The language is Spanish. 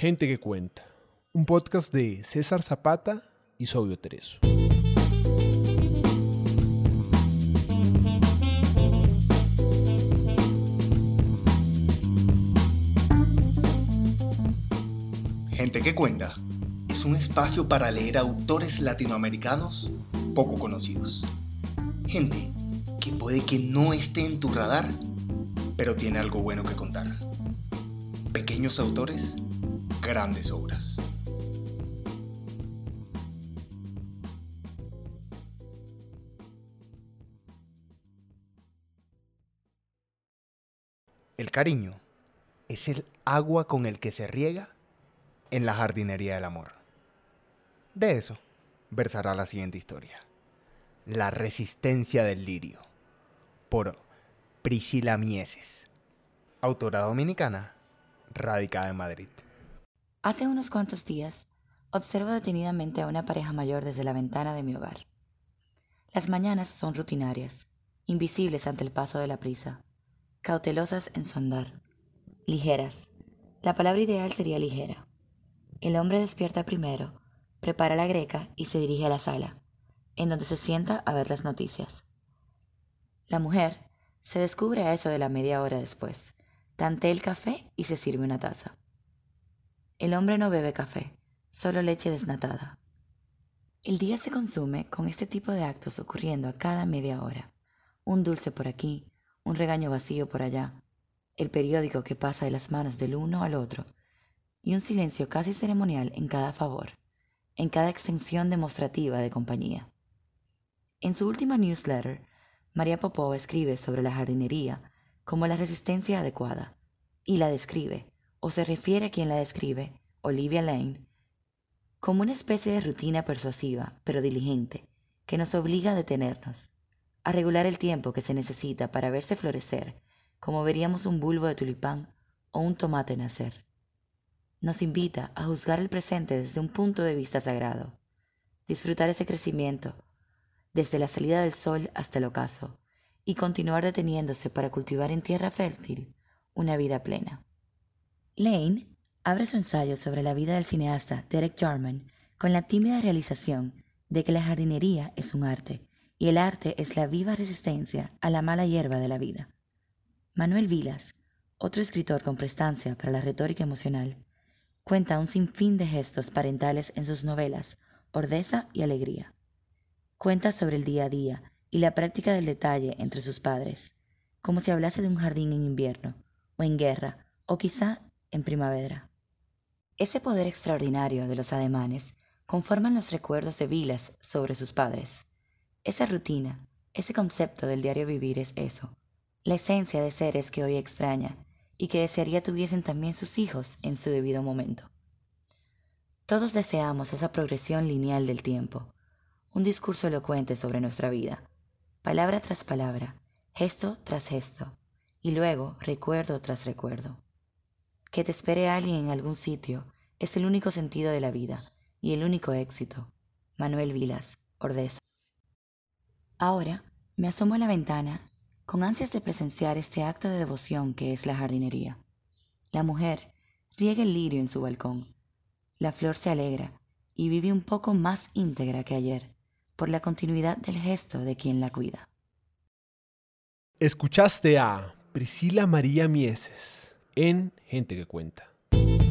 Gente que cuenta, un podcast de César Zapata y Sobio Tereso. Gente que cuenta es un espacio para leer autores latinoamericanos poco conocidos. Gente que puede que no esté en tu radar, pero tiene algo bueno que contar. Pequeños autores, grandes obras. El cariño es el agua con el que se riega en la jardinería del amor. De eso versará la siguiente historia. La resistencia del lirio, por Priscila Mieses, autora dominicana, radicada en Madrid. Hace unos cuantos días, observo detenidamente a una pareja mayor desde la ventana de mi hogar. Las mañanas son rutinarias, invisibles ante el paso de la prisa, cautelosas en su andar, ligeras. La palabra ideal sería ligera. El hombre despierta primero, prepara la greca y se dirige a la sala, en donde se sienta a ver las noticias. La mujer se descubre a eso de la media hora después, tantea el café y se sirve una taza. El hombre no bebe café, solo leche desnatada. El día se consume con este tipo de actos ocurriendo a cada media hora. Un dulce por aquí, un regaño vacío por allá, el periódico que pasa de las manos del uno al otro, y un silencio casi ceremonial en cada favor, en cada extensión demostrativa de compañía. En su última newsletter, María Popova escribe sobre la jardinería como la resistencia adecuada, y la describe, o se refiere a quien la describe, Olivia Lane, como una especie de rutina persuasiva, pero diligente, que nos obliga a detenernos, a regular el tiempo que se necesita para verse florecer, como veríamos un bulbo de tulipán o un tomate nacer. Nos invita a juzgar el presente desde un punto de vista sagrado, disfrutar ese crecimiento, desde la salida del sol hasta el ocaso, y continuar deteniéndose para cultivar en tierra fértil una vida plena. Lane abre su ensayo sobre la vida del cineasta Derek Jarman con la tímida realización de que la jardinería es un arte, y el arte es la viva resistencia a la mala hierba de la vida. Manuel Vilas, otro escritor con prestancia para la retórica emocional, cuenta un sinfín de gestos parentales en sus novelas Ordeza y Alegría. Cuenta sobre el día a día y la práctica del detalle entre sus padres, como si hablase de un jardín en invierno, o en guerra, o quizá en primavera. Ese poder extraordinario de los ademanes conforman los recuerdos de Vilas sobre sus padres. Esa rutina, ese concepto del diario vivir es eso, la esencia de seres que hoy extraña y que desearía tuviesen también sus hijos en su debido momento. Todos deseamos esa progresión lineal del tiempo, un discurso elocuente sobre nuestra vida, palabra tras palabra, gesto tras gesto, y luego recuerdo tras recuerdo. Que te espere alguien en algún sitio es el único sentido de la vida y el único éxito. Manuel Vilas, Ordeza. Ahora me asomo a la ventana con ansias de presenciar este acto de devoción que es la jardinería. La mujer riega el lirio en su balcón. La flor se alegra y vive un poco más íntegra que ayer por la continuidad del gesto de quien la cuida. Escuchaste a Priscila María Mieses en Gente que cuenta.